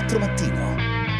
24 Mattino.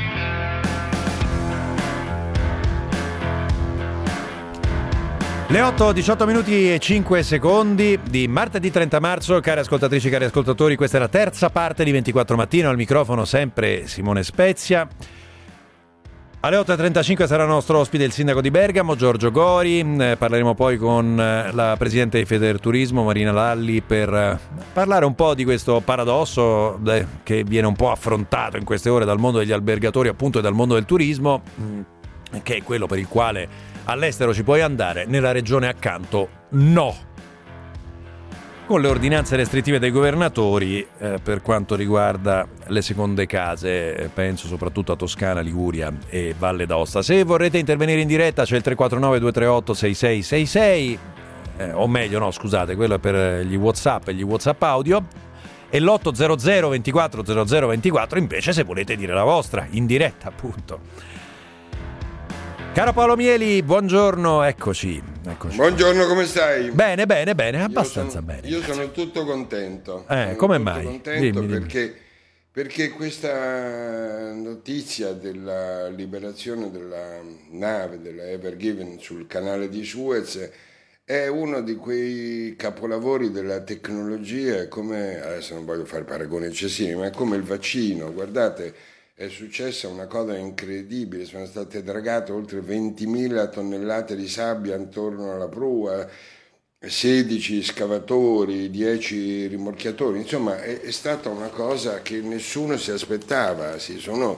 Le 8:18 minuti e 5 secondi di martedì 30 marzo, cari ascoltatrici, cari ascoltatori, questa è la terza parte di 24 Mattino, al microfono sempre Simone Spezia. Alle 8:35 sarà nostro ospite il sindaco di Bergamo, Giorgio Gori. Parleremo poi con la presidente di Federturismo, Marina Lalli, per parlare un po' di questo paradosso che viene un po' affrontato in queste ore dal mondo degli albergatori, appunto, e dal mondo del turismo, che è quello per il quale all'estero ci puoi andare, nella regione accanto no. Con le ordinanze restrittive dei governatori per quanto riguarda le seconde case, penso soprattutto a Toscana, Liguria e Valle d'Aosta. Se vorrete intervenire in diretta c'è il 349-238-6666, o meglio no, scusate, quello è per gli WhatsApp e gli WhatsApp audio, e l'800 24 00 24 invece se volete dire la vostra, in diretta appunto. Caro Paolo Mieli, buongiorno, eccoci. Buongiorno, come stai? Bene, abbastanza bene. Io sono tutto contento. Come mai? Contento Dimmi. perché questa notizia della liberazione della nave, della Ever Given sul canale di Suez, è uno di quei capolavori della tecnologia, come, adesso non voglio fare paragoni eccessivi, ma è come il vaccino, guardate. È successa una cosa incredibile, sono state dragate oltre 20.000 tonnellate di sabbia intorno alla prua, 16 scavatori, 10 rimorchiatori, insomma è stata una cosa che nessuno si aspettava, si sono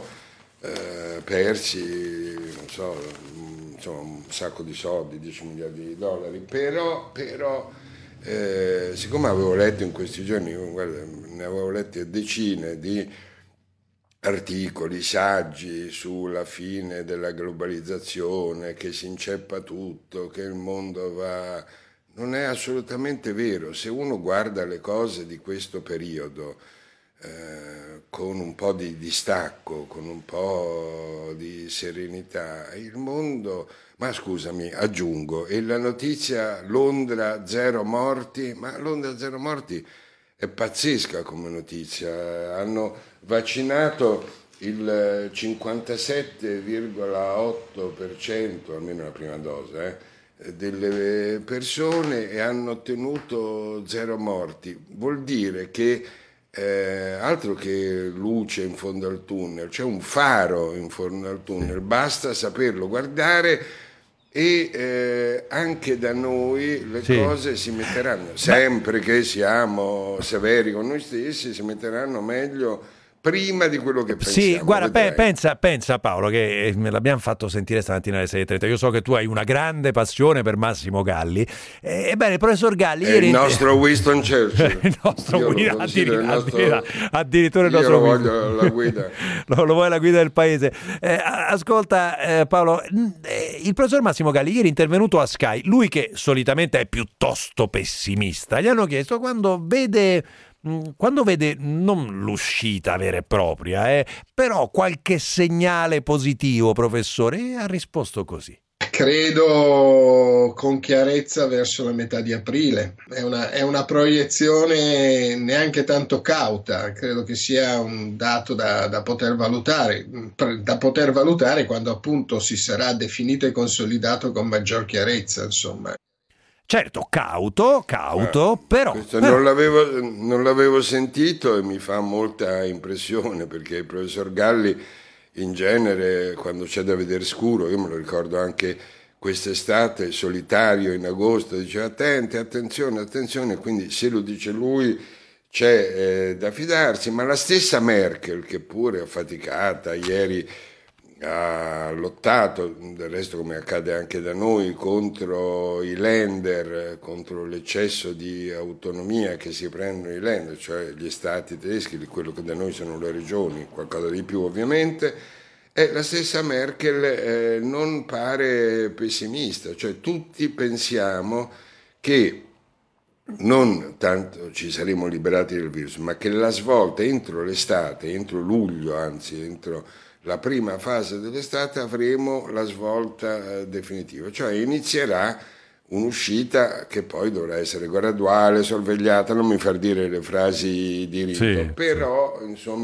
persi, non so, insomma, un sacco di soldi, 10 miliardi di dollari, però siccome avevo letto in questi giorni, guarda, ne avevo letti decine di articoli, saggi sulla fine della globalizzazione, che si inceppa tutto, che il mondo va... Non è assolutamente vero. Se uno guarda le cose di questo periodo con un po' di distacco, con un po' di serenità, il mondo... Ma scusami, aggiungo, e la notizia Londra 0 morti, ma Londra 0 morti è pazzesca come notizia. Hanno vaccinato il 57,8%, almeno la prima dose, delle persone, e hanno ottenuto 0 morti. Vuol dire che altro che luce in fondo al tunnel, c'è un faro in fondo al tunnel, basta saperlo guardare. E anche da noi le cose si metteranno, sempre che siamo severi con noi stessi, si metteranno meglio prima di quello che pensiamo. Sì, guarda, pensa Paolo, che me l'abbiamo fatto sentire stamattina alle 6:30. Io so che tu hai una grande passione per Massimo Galli. Ebbene, il professor Galli è il nostro Winston Churchill. Il nostro addirittura il nostro Io lo voglio la guida. Lo vuoi la guida del paese. Ascolta Paolo, il professor Massimo Galli ieri è intervenuto a Sky, lui che solitamente è piuttosto pessimista, gli hanno chiesto quando vede non l'uscita vera e propria, però qualche segnale positivo, professore, e ha risposto così. Credo con chiarezza verso la metà di aprile. È una proiezione neanche tanto cauta, credo che sia un dato da poter valutare quando appunto si sarà definito e consolidato con maggior chiarezza, insomma. Certo, cauto, però... Non l'avevo sentito e mi fa molta impressione, perché il professor Galli in genere, quando c'è da vedere scuro, io me lo ricordo anche quest'estate, solitario in agosto, diceva attenzione, quindi se lo dice lui c'è da fidarsi, ma la stessa Merkel, che pure è faticata, ieri ha lottato, del resto come accade anche da noi, contro i Länder, contro l'eccesso di autonomia che si prendono i Länder, cioè gli stati tedeschi, quello che da noi sono le regioni, qualcosa di più ovviamente, e la stessa Merkel non pare pessimista, cioè tutti pensiamo che non tanto ci saremo liberati del virus, ma che la svolta entro l'estate, entro luglio, anzi entro la prima fase dell'estate, avremo la svolta definitiva, cioè inizierà un'uscita che poi dovrà essere graduale, sorvegliata, non mi far dire le frasi di rito, però insomma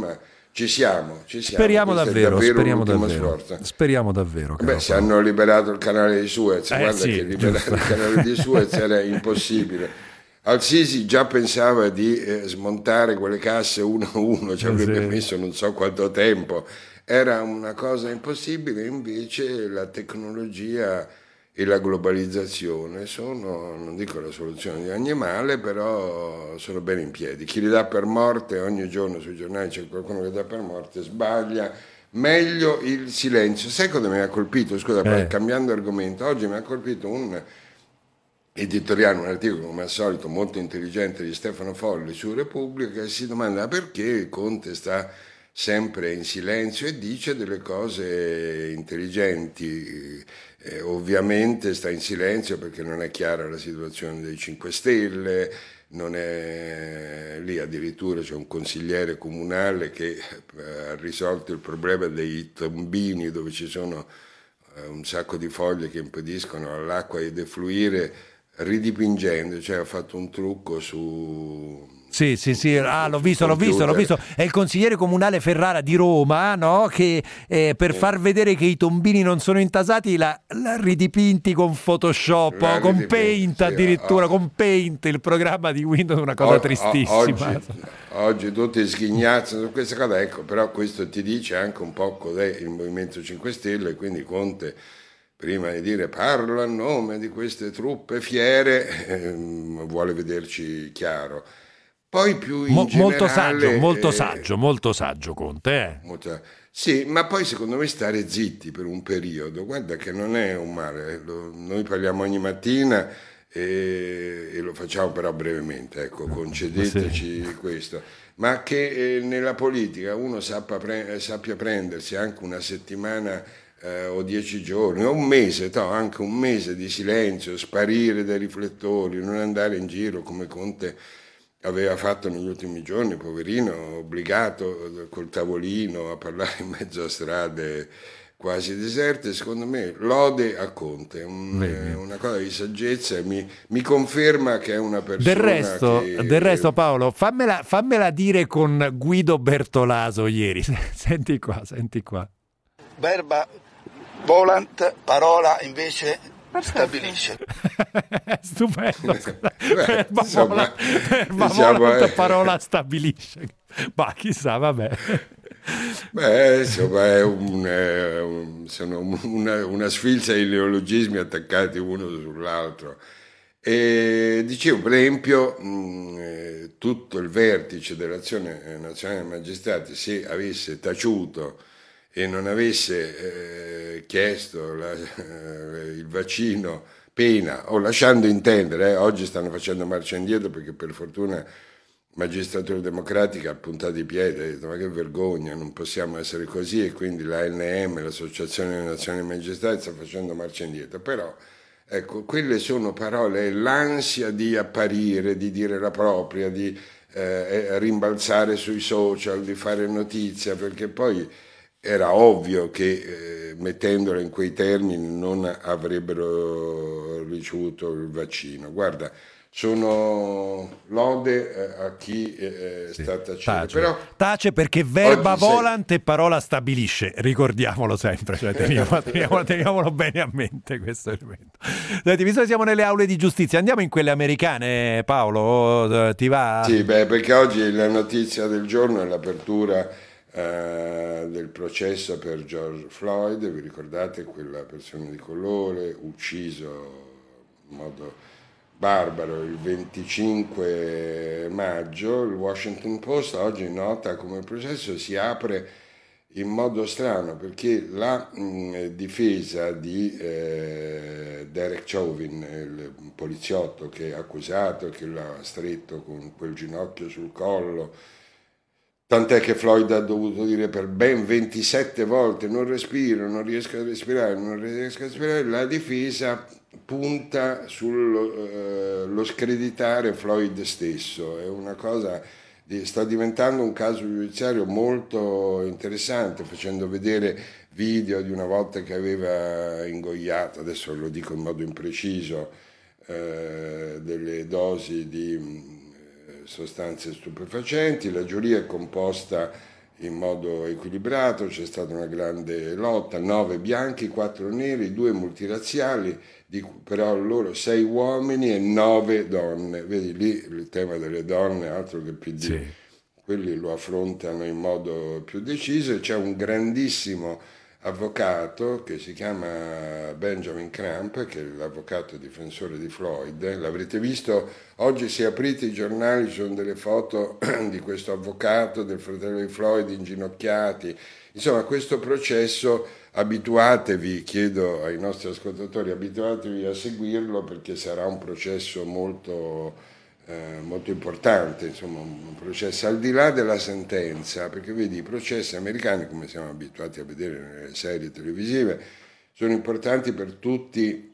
Ci siamo. Speriamo Questo davvero, è speriamo l'ultimo davvero. sforzo. Speriamo davvero. Beh, se hanno liberato il canale di Suez, guarda sì, che liberare giusto. il canale di Suez era impossibile. Al-Sisi già pensava di smontare quelle casse uno a uno, ci avrebbe messo non so quanto tempo. Era una cosa impossibile, invece la tecnologia e la globalizzazione sono, non dico la soluzione di ogni male, però sono bene in piedi. Chi li dà per morte, ogni giorno sui giornali c'è qualcuno che dà per morte, sbaglia. Meglio il silenzio. Sai cosa mi ha colpito? Scusa, cambiando argomento, oggi mi ha colpito un editoriale, un articolo come al solito molto intelligente di Stefano Folli su Repubblica, che si domanda perché Conte sta sempre in silenzio e dice delle cose intelligenti. Ovviamente sta in silenzio perché non è chiara la situazione dei 5 Stelle, non è lì, addirittura c'è un consigliere comunale che ha risolto il problema dei tombini dove ci sono un sacco di foglie che impediscono all'acqua di defluire, ridipingendo, cioè ha fatto un trucco su... Sì, l'ho visto. È il consigliere comunale Ferrara di Roma, no? Che per far vedere che i tombini non sono intasati l'ha ridipinti con Photoshop, con Paint addirittura, con Paint, il programma di Windows, una cosa tristissima. Oggi tutti sghignazzano su questa cosa, ecco, però questo ti dice anche un po' cos'è il Movimento 5 Stelle, quindi Conte, prima di dire parlo a nome di queste truppe fiere, vuole vederci chiaro. Poi più in generale, molto saggio Conte. Sì, ma poi secondo me stare zitti per un periodo, guarda che non è un male. Noi parliamo ogni mattina e lo facciamo però brevemente, ecco, concedeteci questo. Ma che nella politica uno sappia prendersi anche una settimana o 10 giorni, o un mese, anche un mese di silenzio, sparire dai riflettori, non andare in giro come Conte aveva fatto negli ultimi giorni, poverino, obbligato col tavolino a parlare in mezzo a strade quasi deserte. Secondo me lode a Conte, una cosa di saggezza, mi conferma che è una persona del resto Paolo, fammela dire con Guido Bertolaso ieri. Senti qua. Verba volant, parola invece stabilisce. Stupendo. Parola stabilisce. Ma chissà, vabbè. Beh, insomma, è una sfilza di neologismi attaccati uno sull'altro. E dicevo, per esempio, tutto il vertice dell'Azione Nazionale dei Magistrati, se avesse taciuto e non avesse chiesto il vaccino pena, o lasciando intendere, oggi stanno facendo marcia indietro perché per fortuna Magistratura Democratica ha puntato i piedi, ha detto ma che vergogna, non possiamo essere così, e quindi l'ANM, l'Associazione delle Nazioni dei Magistrati, sta facendo marcia indietro. Però ecco, quelle sono parole, l'ansia di apparire, di dire la propria, di rimbalzare sui social, di fare notizia, perché poi era ovvio che mettendola in quei termini non avrebbero ricevuto il vaccino. Guarda, sono lode a chi sta tacendo. Tace perché verba volant e parola stabilisce, ricordiamolo sempre, cioè teniamolo bene a mente questo elemento. Senti, visto che siamo nelle aule di giustizia, andiamo in quelle americane, Paolo, ti va? Sì, perché oggi la notizia del giorno è l'apertura del processo per George Floyd. Vi ricordate quella persona di colore ucciso in modo barbaro il 25 maggio? Il Washington Post oggi nota come il processo si apre in modo strano, perché la difesa di Derek Chauvin, il poliziotto che è accusato, che l'ha stretto con quel ginocchio sul collo, tant'è che Floyd ha dovuto dire per ben 27 volte non riesco a respirare, la difesa punta sullo screditare Floyd stesso. È una cosa, sta diventando un caso giudiziario molto interessante, facendo vedere video di una volta che aveva ingoiato, adesso lo dico in modo impreciso, delle dosi di sostanze stupefacenti. La giuria è composta in modo equilibrato, c'è stata una grande lotta, 9 bianchi, 4 neri, 2 multiraziali, però loro 6 uomini e 9 donne. Vedi lì il tema delle donne, altro che PD. Sì. Quelli lo affrontano in modo più deciso, e c'è un grandissimo avvocato che si chiama Benjamin Crump, che è l'avvocato difensore di Floyd. L'avrete visto, oggi se aprite i giornali ci sono delle foto di questo avvocato, del fratello di Floyd inginocchiati. Insomma, questo processo abituatevi, chiedo ai nostri ascoltatori, abituatevi a seguirlo, perché sarà un processo molto importante, insomma un processo al di là della sentenza, perché vedi, i processi americani, come siamo abituati a vedere nelle serie televisive, sono importanti per tutti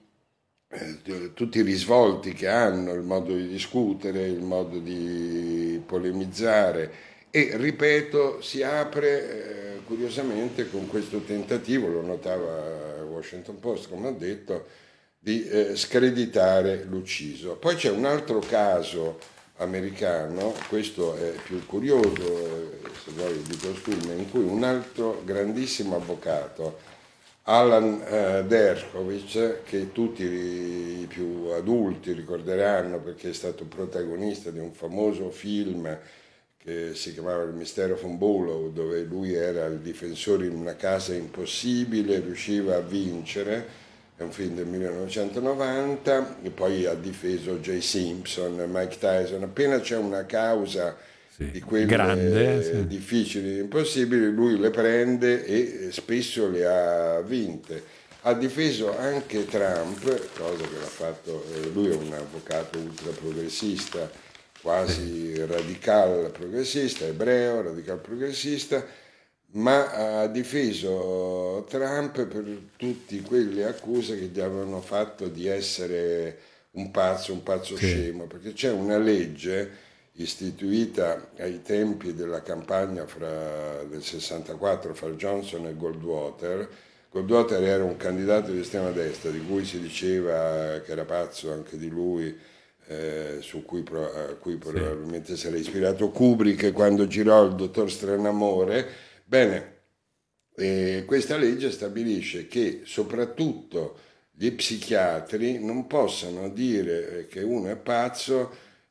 i risvolti che hanno, il modo di discutere, il modo di polemizzare, e ripeto, si apre curiosamente con questo tentativo, lo notava il Washington Post, come ho detto, di screditare l'ucciso. Poi c'è un altro caso americano, questo è più curioso, se vuoi di costume, in cui un altro grandissimo avvocato, Alan Dershowitz, che tutti i più adulti ricorderanno perché è stato protagonista di un famoso film che si chiamava Il mistero von Bülow, dove lui era il difensore in una casa impossibile, riusciva a vincere. È un film del 1990, e poi ha difeso Jay Simpson, Mike Tyson. Appena c'è una causa di quelle grande, difficili, impossibili, lui le prende e spesso le ha vinte. Ha difeso anche Trump, cosa che l'ha fatto, lui è un avvocato ultra progressista, quasi radical progressista, ebreo, radical progressista, ma ha difeso Trump per tutte quelle accuse che gli avevano fatto di essere un pazzo scemo, perché c'è una legge istituita ai tempi della campagna del 64 fra Johnson e Goldwater. Goldwater era un candidato di estrema destra di cui si diceva che era pazzo anche di lui, a cui probabilmente si era ispirato Kubrick quando girò Il dottor Stranamore. Bene, questa legge stabilisce che soprattutto gli psichiatri non possano dire che uno è pazzo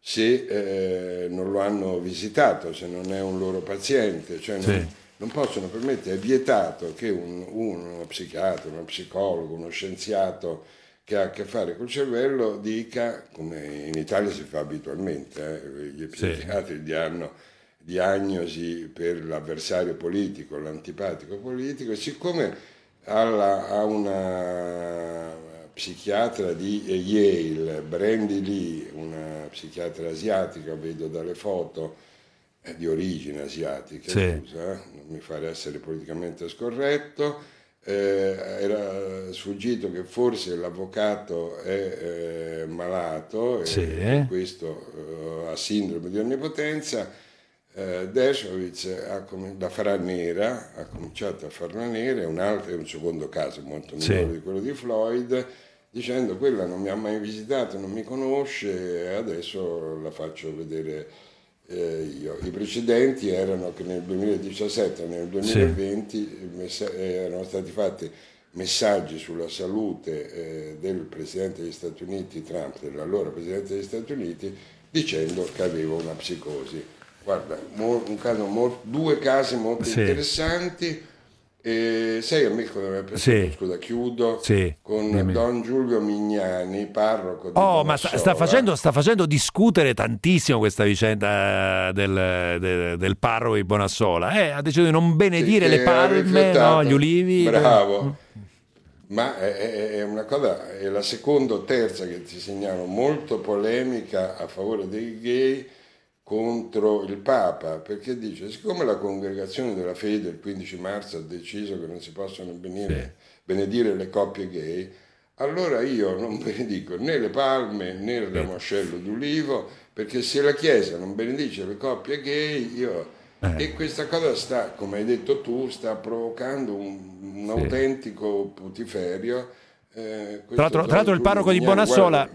se non lo hanno visitato, se non è un loro paziente, cioè non possono permettere, è vietato che uno psichiatra, uno psicologo, uno scienziato che ha a che fare col cervello dica, come in Italia si fa abitualmente, gli psichiatri danno diagnosi per l'avversario politico, l'antipatico politico, e siccome a una psichiatra di Yale, Brandy Lee, una psichiatra asiatica, vedo dalle foto, di origine asiatica, scusa, non mi fare essere politicamente scorretto, era sfuggito che forse l'avvocato è malato e questo ha sindrome di onnipotenza. Dershowitz la farà nera, ha cominciato a farla nera, è un secondo caso molto minore di quello di Floyd, dicendo quella non mi ha mai visitato, non mi conosce, e adesso la faccio vedere io. I precedenti erano che nel 2017 e nel 2020 erano stati fatti messaggi sulla salute del Presidente degli Stati Uniti, Trump, dell'allora Presidente degli Stati Uniti, dicendo che aveva una psicosi. Guarda, due casi molto interessanti. Sai a me cosa mi è piaciuto? Scusa, chiudo con Don Giulio Mignani, parroco di Bonassola. Ma sta facendo discutere tantissimo questa vicenda del parroco di Bonassola. Ha deciso di non benedire le palme, no, gli ulivi. Bravo. Ma è una cosa, è la seconda o terza che ti segnalo, molto polemica a favore dei gay contro il Papa, perché dice, siccome la congregazione della fede il 15 marzo ha deciso che non si possono benedire le coppie gay, allora io non benedico né le palme né il ramoscello d'ulivo, perché se la Chiesa non benedice le coppie gay, e questa cosa sta, come hai detto tu, sta provocando un autentico putiferio Tra l'altro il parroco di Bonassola,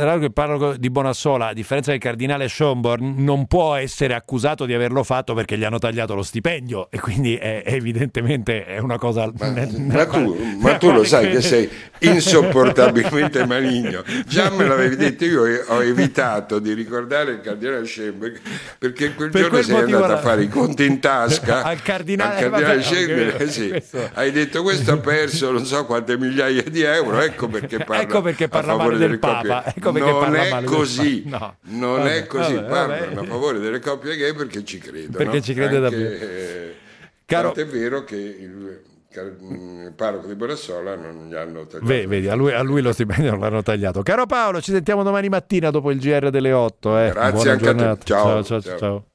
a differenza del cardinale Schönborn, non può essere accusato di averlo fatto perché gli hanno tagliato lo stipendio, e quindi evidentemente è una cosa... Ma tu lo sai che sei insopportabilmente maligno. Già me l'avevi detto, io ho evitato di ricordare il cardinale Schönborn perché quel giorno sei andato a fare i conti in tasca al cardinale Schönborn, sì. Hai detto questo ha perso non so quante migliaia di euro. Ecco perché parla male del Papa. Non è così. Non è così. Parlano a favore delle coppie gay perché ci credono. Perché ci crede davvero. Tanto è vero che il parroco di Bonassola non gli hanno tagliato. Vedi, a lui lo stipendio non l'hanno tagliato. Caro Paolo, ci sentiamo domani mattina dopo il GR delle 8. Grazie. Buona anche giornata. A te. Ciao.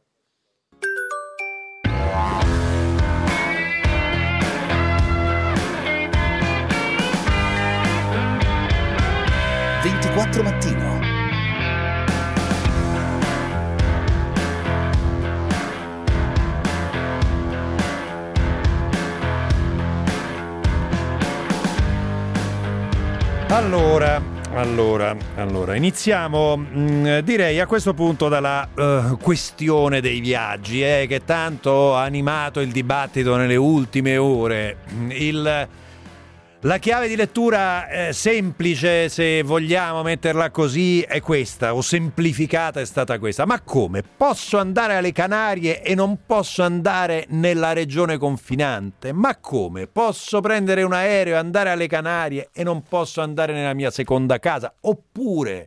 24 Mattino. Allora, iniziamo direi a questo punto dalla questione dei viaggi, che tanto ha animato il dibattito nelle ultime ore. La chiave di lettura semplice, se vogliamo metterla così, è questa, o semplificata è stata questa. Ma come? Posso andare alle Canarie e non posso andare nella regione confinante? Ma come? Posso prendere un aereo e andare alle Canarie e non posso andare nella mia seconda casa? Oppure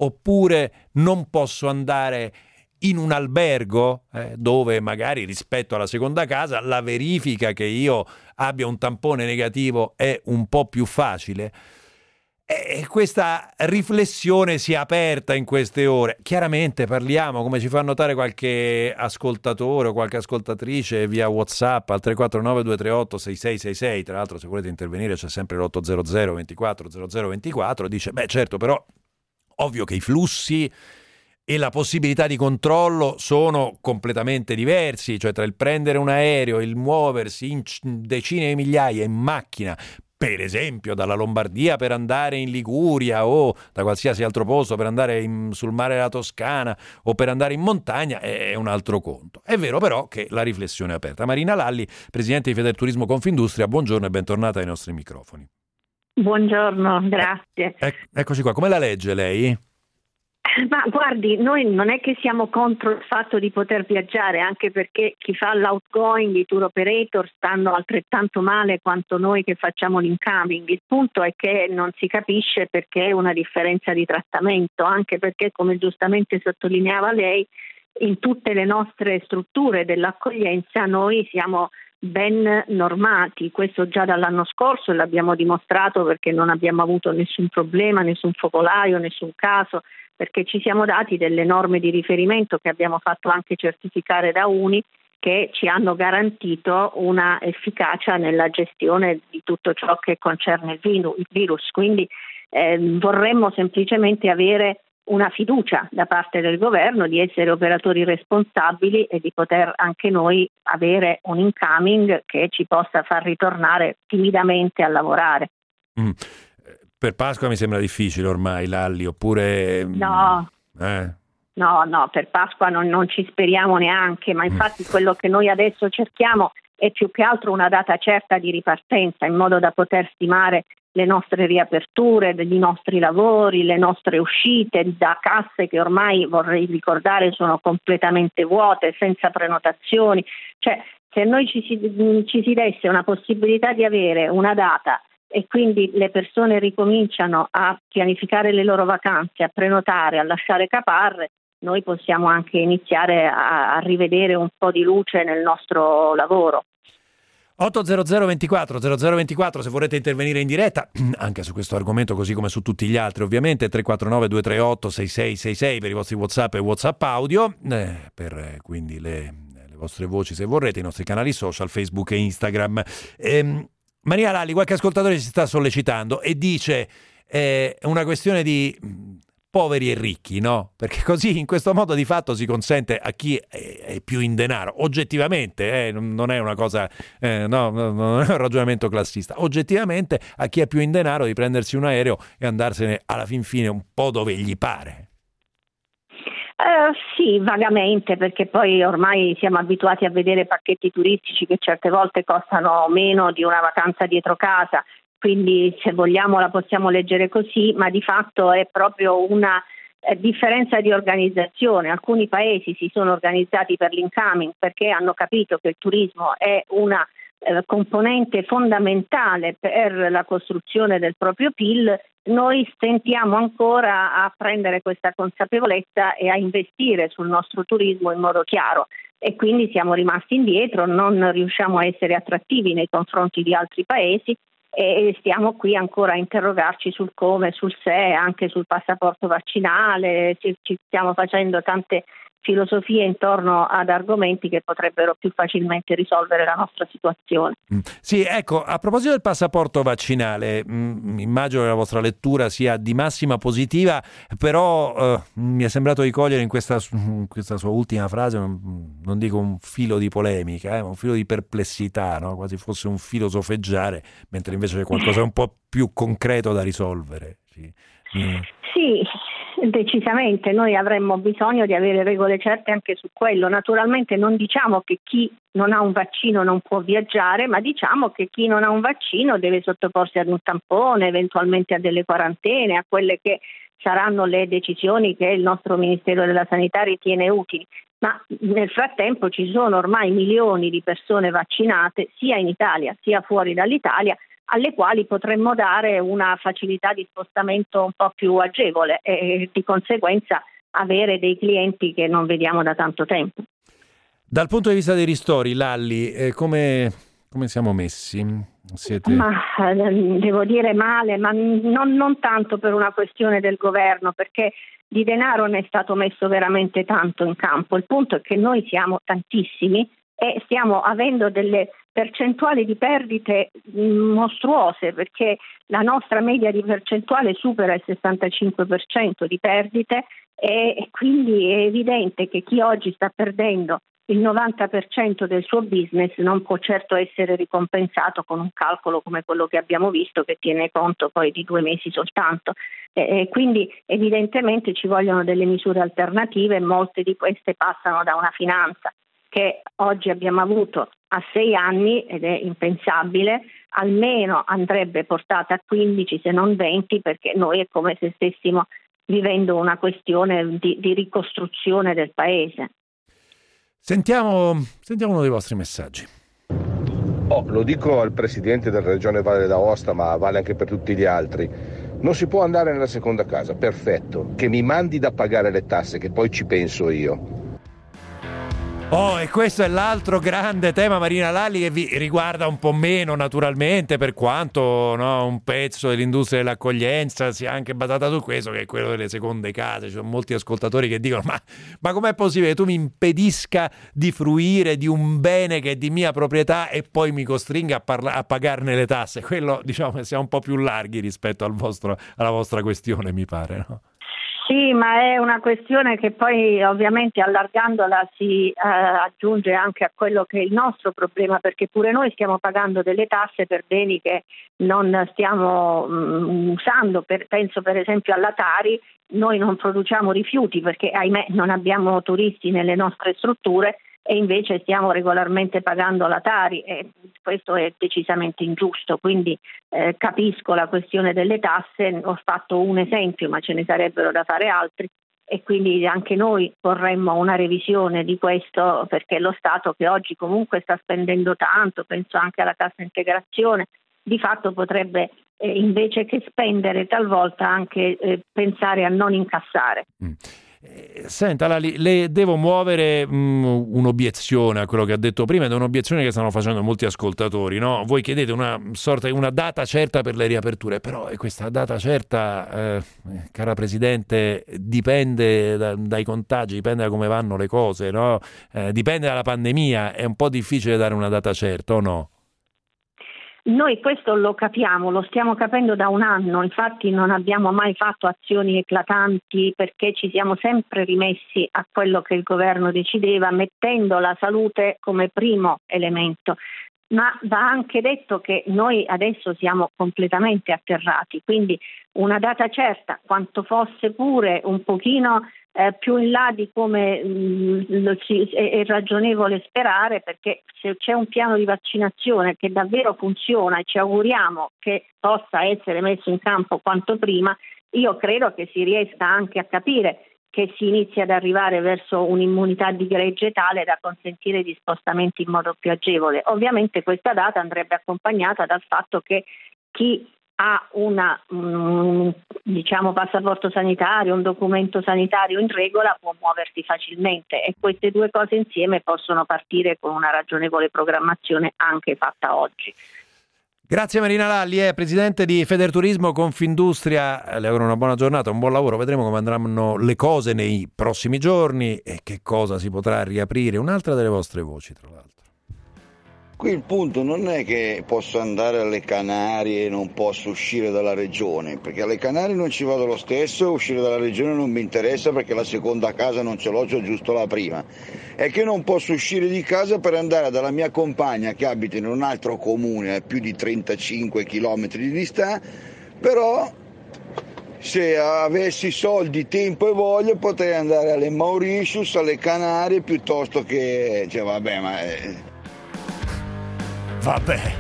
non posso andare in un albergo dove magari rispetto alla seconda casa la verifica che io abbia un tampone negativo è un po' più facile. E questa riflessione si è aperta in queste ore. Chiaramente parliamo, come ci fa notare qualche ascoltatore o qualche ascoltatrice via WhatsApp al 349 238 6666. Tra l'altro, se volete intervenire c'è sempre l'800 24 0024. Dice, certo, però ovvio che i flussi e la possibilità di controllo sono completamente diversi, cioè tra il prendere un aereo e il muoversi in decine di migliaia in macchina, per esempio dalla Lombardia per andare in Liguria o da qualsiasi altro posto per andare sul mare della Toscana o per andare in montagna, è un altro conto. È vero però che la riflessione è aperta. Marina Lalli, presidente di Federturismo Confindustria, buongiorno e bentornata ai nostri microfoni. Buongiorno, grazie. Eccoci qua, come la legge lei? Ma guardi, noi non è che siamo contro il fatto di poter viaggiare, anche perché chi fa l'outgoing, i tour operator, stanno altrettanto male quanto noi che facciamo l'incoming. Il punto è che non si capisce perché è una differenza di trattamento, anche perché, come giustamente sottolineava lei, in tutte le nostre strutture dell'accoglienza noi siamo ben normati, questo già dall'anno scorso, e l'abbiamo dimostrato perché non abbiamo avuto nessun problema, nessun focolaio, nessun caso, perché ci siamo dati delle norme di riferimento che abbiamo fatto anche certificare da UNI, che ci hanno garantito una efficacia nella gestione di tutto ciò che concerne il virus. Quindi vorremmo semplicemente avere una fiducia da parte del governo di essere operatori responsabili e di poter anche noi avere un incoming che ci possa far ritornare timidamente a lavorare. Per Pasqua mi sembra difficile ormai, Lalli, oppure... No, per Pasqua non ci speriamo neanche, ma infatti quello che noi adesso cerchiamo è più che altro una data certa di ripartenza, in modo da poter stimare le nostre riaperture, i nostri lavori, le nostre uscite da casse che ormai, vorrei ricordare, sono completamente vuote, senza prenotazioni. Cioè, se noi ci si desse una possibilità di avere una data e quindi le persone ricominciano a pianificare le loro vacanze, a prenotare, a lasciare caparre, noi possiamo anche iniziare a rivedere un po' di luce nel nostro lavoro. 800 24 0024 se vorrete intervenire in diretta anche su questo argomento, così come su tutti gli altri, ovviamente 349 238 6666 per i vostri WhatsApp e WhatsApp audio, per quindi le vostre voci se vorrete, i nostri canali social Facebook e Instagram. Maria Lalli, qualche ascoltatore si sta sollecitando e dice è una questione di poveri e ricchi, no? Perché così in questo modo di fatto si consente a chi è più in denaro, oggettivamente, non è una cosa, no, non è un ragionamento classista, oggettivamente a chi è più in denaro di prendersi un aereo e andarsene alla fin fine un po' dove gli pare. Sì, vagamente, perché poi ormai siamo abituati a vedere pacchetti turistici che certe volte costano meno di una vacanza dietro casa, quindi se vogliamo la possiamo leggere così, ma di fatto è proprio una differenza di organizzazione. Alcuni paesi si sono organizzati per l'incoming perché hanno capito che il turismo è una componente fondamentale per la costruzione del proprio PIL. Noi stentiamo ancora a prendere questa consapevolezza e a investire sul nostro turismo in modo chiaro e quindi siamo rimasti indietro, non riusciamo a essere attrattivi nei confronti di altri paesi e stiamo qui ancora a interrogarci sul come, sul se, anche sul passaporto vaccinale, ci stiamo facendo tante filosofie intorno ad argomenti che potrebbero più facilmente risolvere la nostra situazione. Sì, ecco, a proposito del passaporto vaccinale, immagino che la vostra lettura sia di massima positiva, però mi è sembrato di cogliere in questa sua ultima frase, non dico un filo di polemica, ma un filo di perplessità, no? Quasi fosse un filosofeggiare, mentre invece c'è qualcosa un po' più concreto da risolvere. Sì. Decisamente, noi avremmo bisogno di avere regole certe anche su quello. Naturalmente non diciamo che chi non ha un vaccino non può viaggiare, ma diciamo che chi non ha un vaccino deve sottoporsi ad un tampone, eventualmente a delle quarantene, a quelle che saranno le decisioni che il nostro Ministero della Sanità ritiene utili. Ma nel frattempo ci sono ormai milioni di persone vaccinate sia in Italia sia fuori dall'Italia, alle quali potremmo dare una facilità di spostamento un po' più agevole e di conseguenza avere dei clienti che non vediamo da tanto tempo. Dal punto di vista dei ristori, Lalli, come siamo messi? Devo dire male, ma non tanto per una questione del governo, perché di denaro ne è stato messo veramente tanto in campo. Il punto è che noi siamo tantissimi e stiamo avendo delle percentuali di perdite mostruose, perché la nostra media di percentuale supera il 65% di perdite e quindi è evidente che chi oggi sta perdendo il 90% del suo business non può certo essere ricompensato con un calcolo come quello che abbiamo visto, che tiene conto poi di 2 mesi soltanto. Quindi evidentemente ci vogliono delle misure alternative e molte di queste passano da una finanza che oggi abbiamo avuto a 6 anni ed è impensabile, almeno andrebbe portata a 15 se non 20, perché noi è come se stessimo vivendo una questione di ricostruzione del paese. Sentiamo uno dei vostri messaggi. Lo dico al presidente della regione Valle d'Aosta, ma vale anche per tutti gli altri. Non si può andare nella seconda casa, perfetto, che mi mandi da pagare le tasse, che poi ci penso io. E questo è l'altro grande tema, Marina Lalli, che vi riguarda un po' meno naturalmente, per quanto un pezzo dell'industria dell'accoglienza sia anche basata su questo, che è quello delle seconde case. Ci sono molti ascoltatori che dicono ma com'è possibile che tu mi impedisca di fruire di un bene che è di mia proprietà e poi mi costringa a pagarne le tasse? Quello, diciamo, siamo un po' più larghi rispetto alla vostra questione, mi pare, no? Sì, ma è una questione che poi ovviamente allargandola si aggiunge anche a quello che è il nostro problema, perché pure noi stiamo pagando delle tasse per beni che non stiamo usando. Penso per esempio alla Tari, noi non produciamo rifiuti perché ahimè non abbiamo turisti nelle nostre strutture e invece stiamo regolarmente pagando la Tari e questo è decisamente ingiusto, quindi capisco la questione delle tasse, ho fatto un esempio ma ce ne sarebbero da fare altri e quindi anche noi vorremmo una revisione di questo, perché lo Stato, che oggi comunque sta spendendo tanto, penso anche alla cassa integrazione, di fatto potrebbe invece che spendere talvolta anche pensare a non incassare. Senta Lalli, le devo muovere un'obiezione a quello che ha detto prima, ed è un'obiezione che stanno facendo molti ascoltatori, no? Voi chiedete una data certa per le riaperture, però questa data certa, cara Presidente, dipende dai contagi, dipende da come vanno le cose, no? Dipende dalla pandemia, è un po' difficile dare una data certa, o no? Noi questo lo capiamo, lo stiamo capendo da un anno, infatti non abbiamo mai fatto azioni eclatanti perché ci siamo sempre rimessi a quello che il governo decideva, mettendo la salute come primo elemento. Ma va anche detto che noi adesso siamo completamente atterrati, quindi una data certa, quanto fosse pure un pochino più in là di come è ragionevole sperare, perché se c'è un piano di vaccinazione che davvero funziona e ci auguriamo che possa essere messo in campo quanto prima, io credo che si riesca anche a capire che si inizia ad arrivare verso un'immunità di gregge tale da consentire gli spostamenti in modo più agevole. Ovviamente questa data andrebbe accompagnata dal fatto che chi ha passaporto sanitario, un documento sanitario in regola può muoversi facilmente, e queste due cose insieme possono partire con una ragionevole programmazione anche fatta oggi. Grazie Marina Lalli, presidente di Federturismo Confindustria. Le auguro una buona giornata, un buon lavoro. Vedremo come andranno le cose nei prossimi giorni e che cosa si potrà riaprire. Un'altra delle vostre voci, tra l'altro. Qui il punto non è che posso andare alle Canarie e non posso uscire dalla regione, perché alle Canarie non ci vado lo stesso, uscire dalla regione non mi interessa perché la seconda casa non ce l'ho, c'ho giusto la prima. È che non posso uscire di casa per andare dalla mia compagna che abita in un altro comune a più di 35 km di distanza, però se avessi soldi, tempo e voglia potrei andare alle Mauritius, alle Canarie piuttosto che... Vabbè,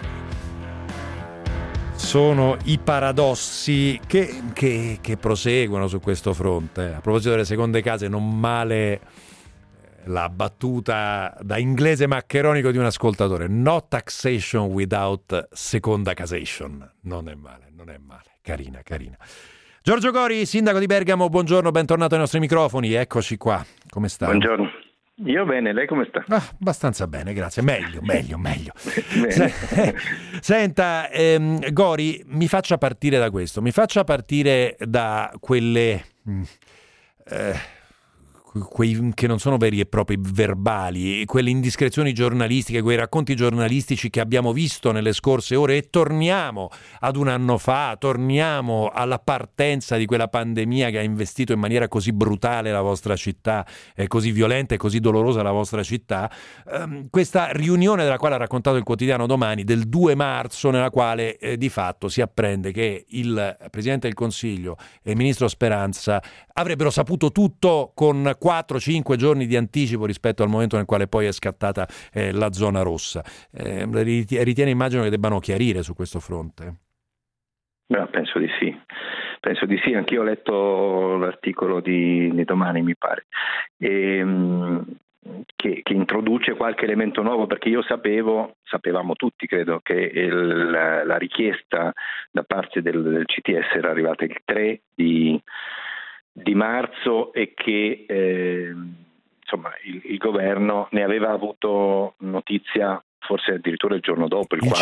sono i paradossi che proseguono su questo fronte. A proposito delle seconde case, non male la battuta da inglese maccheronico di un ascoltatore: no taxation without seconda casation. Non è male. Carina. Giorgio Gori, sindaco di Bergamo, buongiorno, bentornato ai nostri microfoni, eccoci qua, come sta? Buongiorno. Io bene, lei come sta? Abbastanza bene, grazie. Meglio. Senta, Gori, mi faccia partire da questo. Mi faccia partire da quelle... quei che non sono veri e propri verbali, quelle indiscrezioni giornalistiche, quei racconti giornalistici che abbiamo visto nelle scorse ore, e torniamo ad un anno fa, torniamo alla partenza di quella pandemia che ha investito in maniera così brutale la vostra città, così violenta e così dolorosa la vostra città. Questa riunione della quale ha raccontato il quotidiano Domani, del 2 marzo, nella quale di fatto si apprende che il Presidente del Consiglio e il Ministro Speranza avrebbero saputo tutto con 4-5 giorni di anticipo rispetto al momento nel quale poi è scattata la zona rossa. Ritiene, immagino, che debbano chiarire su questo fronte? Beh, penso di sì, anch'io ho letto l'articolo di Domani, mi pare, che introduce qualche elemento nuovo, perché io sapevamo tutti, credo, che la richiesta da parte del CTS era arrivata il 3 di marzo e che il governo ne aveva avuto notizia forse addirittura il giorno dopo, il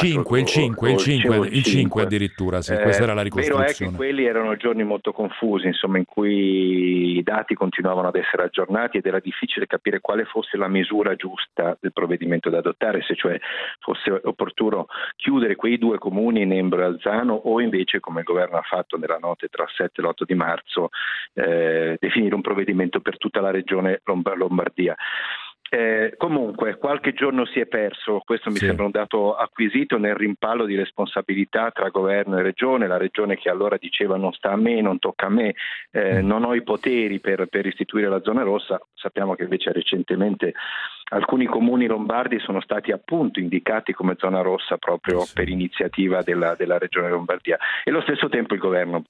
5 addirittura, sì, questa era la ricostruzione. Vero è che quelli erano giorni molto confusi, in cui i dati continuavano ad essere aggiornati ed era difficile capire quale fosse la misura giusta del provvedimento da adottare, se cioè fosse opportuno chiudere quei 2 comuni, Nembro e Alzano, o invece, come il governo ha fatto nella notte tra il 7 e l'8 di marzo, definire un provvedimento per tutta la regione Lombardia. Comunque qualche giorno si è perso, questo mi sembra un dato acquisito nel rimpallo di responsabilità tra governo e regione, la regione che allora diceva non sta a me, non tocca a me, non ho i poteri per istituire la zona rossa. Sappiamo che invece recentemente alcuni comuni lombardi sono stati appunto indicati come zona rossa proprio per iniziativa della regione Lombardia, e allo stesso tempo il governo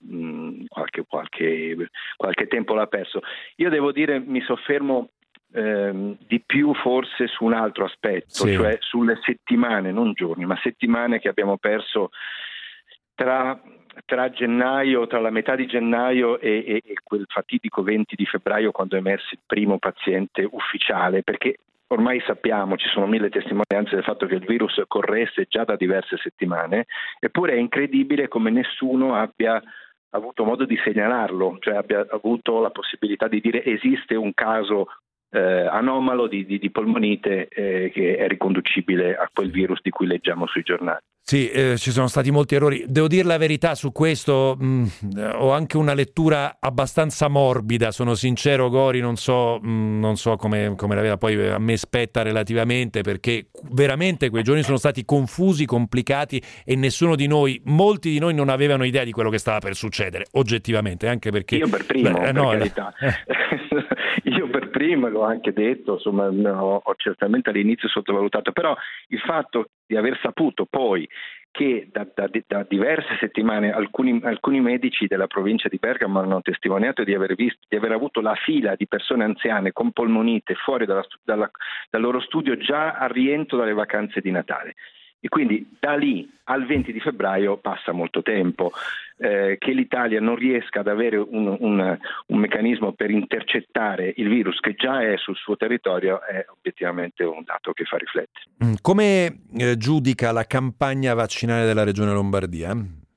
qualche tempo l'ha perso. Io devo dire, mi soffermo di più forse su un altro aspetto, cioè sulle settimane, non giorni, ma settimane che abbiamo perso tra gennaio, tra la metà di gennaio e quel fatidico 20 di febbraio, quando è emerso il primo paziente ufficiale, perché ormai sappiamo, ci sono 1000 testimonianze del fatto che il virus corresse già da diverse settimane, eppure è incredibile come nessuno abbia avuto modo di segnalarlo, cioè abbia avuto la possibilità di dire esiste un caso anomalo di polmonite che è riconducibile a quel virus di cui leggiamo sui giornali. Sì, ci sono stati molti errori. Devo dire la verità su questo, ho anche una lettura abbastanza morbida, sono sincero, Gori, non so come la veda, poi a me spetta relativamente, perché veramente quei giorni sono stati confusi, complicati e molti di noi non avevano idea di quello che stava per succedere, oggettivamente, anche perché... Io per primo, per carità. Io per primo l'ho anche detto, insomma, ho certamente all'inizio sottovalutato, però il fatto di aver saputo poi che da diverse settimane alcuni medici della provincia di Bergamo hanno testimoniato di aver avuto la fila di persone anziane con polmonite fuori dal loro studio già al rientro dalle vacanze di Natale. E quindi da lì al 20 di febbraio passa molto tempo. Che l'Italia non riesca ad avere un meccanismo per intercettare il virus che già è sul suo territorio è obiettivamente un dato che fa riflettere. Come giudica la campagna vaccinale della Regione Lombardia?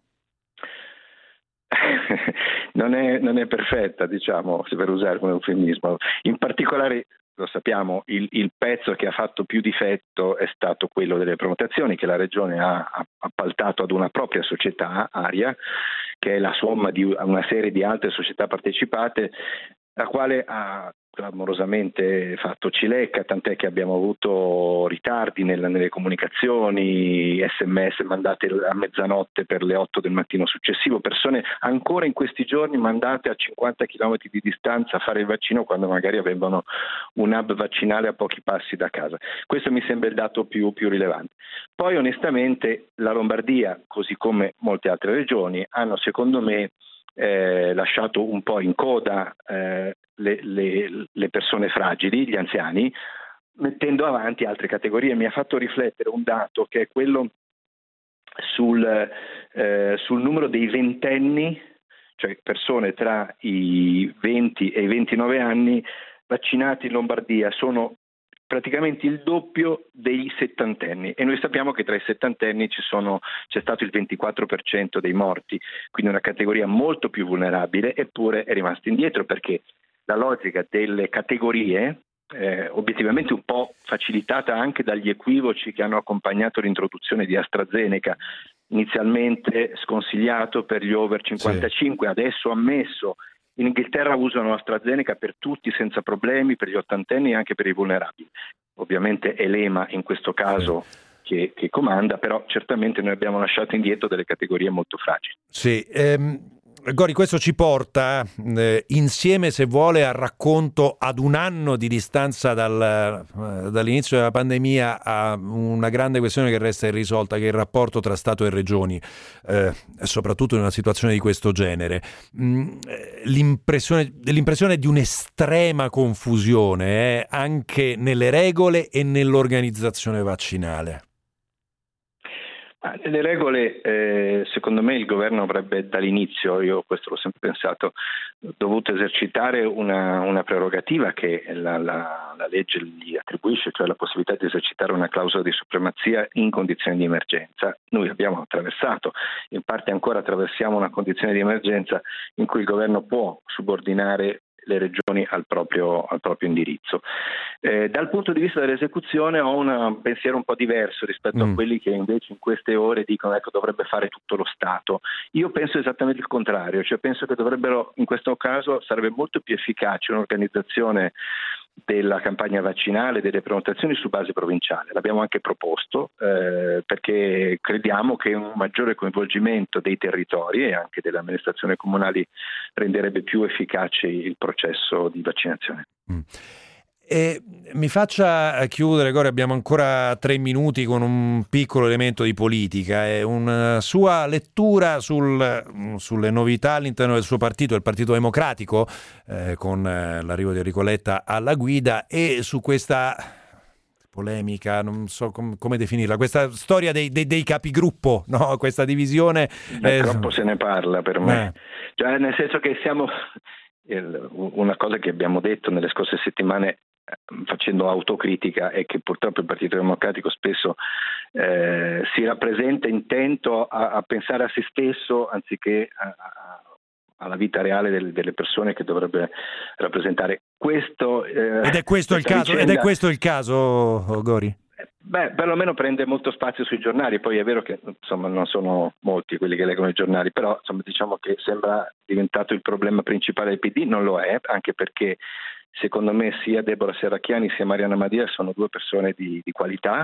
Non è perfetta, diciamo, per usare un eufemismo. In particolare, lo sappiamo, il pezzo che ha fatto più difetto è stato quello delle prenotazioni che la Regione ha appaltato ad una propria società, Aria, che è la somma di una serie di altre società partecipate, la quale ha clamorosamente fatto cilecca, tant'è che abbiamo avuto ritardi nelle comunicazioni, SMS mandate a mezzanotte per le 8 del mattino successivo, persone ancora in questi giorni mandate a 50 km di distanza a fare il vaccino quando magari avevano un hub vaccinale a pochi passi da casa. Questo mi sembra il dato più rilevante. Poi onestamente la Lombardia, così come molte altre regioni, hanno secondo me lasciato un po' in coda le persone fragili, gli anziani, mettendo avanti altre categorie. Mi ha fatto riflettere un dato che è quello sul numero dei ventenni, cioè persone tra i 20 e i 29 anni vaccinati in Lombardia. Sono praticamente il doppio dei settantenni e noi sappiamo che tra i settantenni c'è stato il 24% dei morti, quindi una categoria molto più vulnerabile, eppure è rimasta indietro perché la logica delle categorie obiettivamente un po' facilitata anche dagli equivoci che hanno accompagnato l'introduzione di AstraZeneca, inizialmente sconsigliato per gli over 55, sì. Adesso ammesso. In Inghilterra usano AstraZeneca per tutti senza problemi, per gli ottantenni e anche per i vulnerabili. Ovviamente è l'EMA in questo caso che comanda, però certamente noi abbiamo lasciato indietro delle categorie molto fragili. Sì, Gori, questo ci porta insieme, se vuole, al racconto ad un anno di distanza dall'inizio della pandemia a una grande questione che resta irrisolta, che è il rapporto tra Stato e Regioni, soprattutto in una situazione di questo genere. L'impressione di un'estrema confusione anche nelle regole e nell'organizzazione vaccinale. Le regole, secondo me il governo avrebbe dall'inizio, io questo l'ho sempre pensato, dovuto esercitare una prerogativa che la legge gli attribuisce, cioè la possibilità di esercitare una clausola di supremazia in condizioni di emergenza. Noi abbiamo attraversato, in parte ancora attraversiamo una condizione di emergenza in cui il governo può subordinare le regioni al proprio indirizzo. Dal punto di vista dell'esecuzione ho un pensiero un po' diverso rispetto a quelli che invece in queste ore dicono dovrebbe fare tutto lo Stato. Io penso esattamente il contrario, cioè penso che in questo caso sarebbe molto più efficace un'organizzazione della campagna vaccinale, delle prenotazioni su base provinciale. L'abbiamo anche proposto perché crediamo che un maggiore coinvolgimento dei territori e anche delle amministrazioni comunali renderebbe più efficace il processo di vaccinazione. E mi faccia chiudere, Gori, abbiamo ancora 3 minuti, con un piccolo elemento di politica e una sua lettura sulle novità all'interno del suo partito, il Partito Democratico, con l'arrivo di Enrico Letta alla guida, e su questa polemica, non so come definirla, questa storia dei capigruppo, no? Questa divisione. Troppo se ne parla per me, cioè, nel senso che siamo una cosa che abbiamo detto nelle scorse settimane facendo autocritica è che purtroppo il Partito Democratico spesso si rappresenta intento a pensare a se stesso anziché alla vita reale delle persone che dovrebbe rappresentare. Ed è questo il caso, Gori? Perlomeno prende molto spazio sui giornali. Poi è vero che insomma non sono molti quelli che leggono i giornali, però insomma diciamo che sembra diventato il problema principale del PD. Non lo è, anche perché secondo me sia Deborah Serracchiani sia Mariana Madia sono due persone di qualità,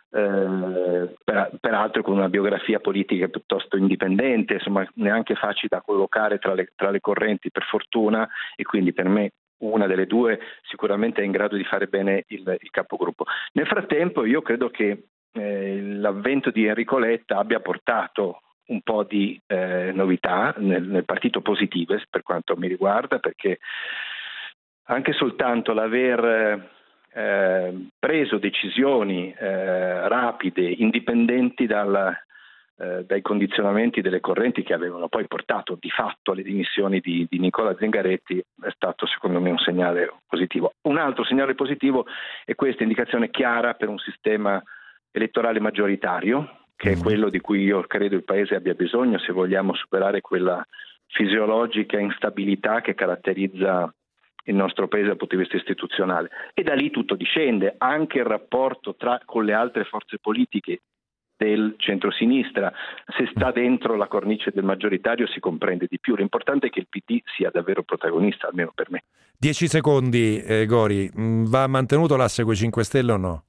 peraltro con una biografia politica piuttosto indipendente, insomma neanche facile da collocare tra le correnti, per fortuna, e quindi per me una delle due sicuramente è in grado di fare bene il capogruppo. Nel frattempo io credo che l'avvento di Enrico Letta abbia portato un po' di novità nel partito positive per quanto mi riguarda, perché anche soltanto l'aver preso decisioni rapide, indipendenti dai condizionamenti delle correnti che avevano poi portato di fatto alle dimissioni di Nicola Zingaretti, è stato secondo me un segnale positivo. Un altro segnale positivo è questa indicazione chiara per un sistema elettorale maggioritario, che è quello di cui io credo il Paese abbia bisogno se vogliamo superare quella fisiologica instabilità che caratterizza il nostro Paese dal punto di vista istituzionale. E da lì tutto discende, anche il rapporto con le altre forze politiche del centrosinistra. Se sta dentro la cornice del maggioritario si comprende di più. L'importante è che il PD sia davvero protagonista, almeno per me. 10 secondi, Gori. Va mantenuto l'asse coi 5 Stelle o no?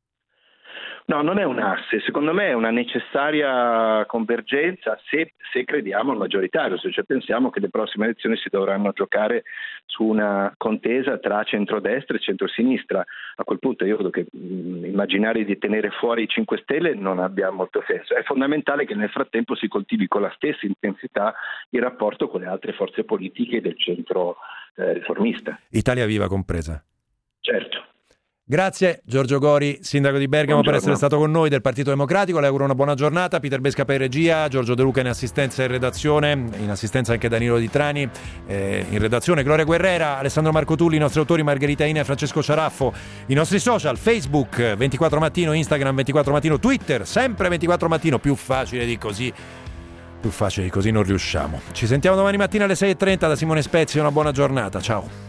No, non è un asse, secondo me è una necessaria convergenza se crediamo al maggioritario, se pensiamo che le prossime elezioni si dovranno giocare su una contesa tra centrodestra e centrosinistra. A quel punto io credo che immaginare di tenere fuori i 5 Stelle non abbia molto senso. È fondamentale che nel frattempo si coltivi con la stessa intensità il rapporto con le altre forze politiche del centro riformista. Italia Viva compresa. Certo. Grazie Giorgio Gori, sindaco di Bergamo, per essere stato con noi, del Partito Democratico. Le auguro una buona giornata. Peter Bescapa in regia, Giorgio De Luca in assistenza e redazione, in assistenza anche Danilo Di Trani, in redazione Gloria Guerrera, Alessandro Marco Tulli, i nostri autori Margherita Ina e Francesco Ciaraffo, i nostri social Facebook 24 Mattino, Instagram 24 Mattino, Twitter sempre 24 Mattino. Più facile di così non riusciamo. Ci sentiamo domani mattina alle 6:30 da Simone Spezia. Una buona giornata, ciao.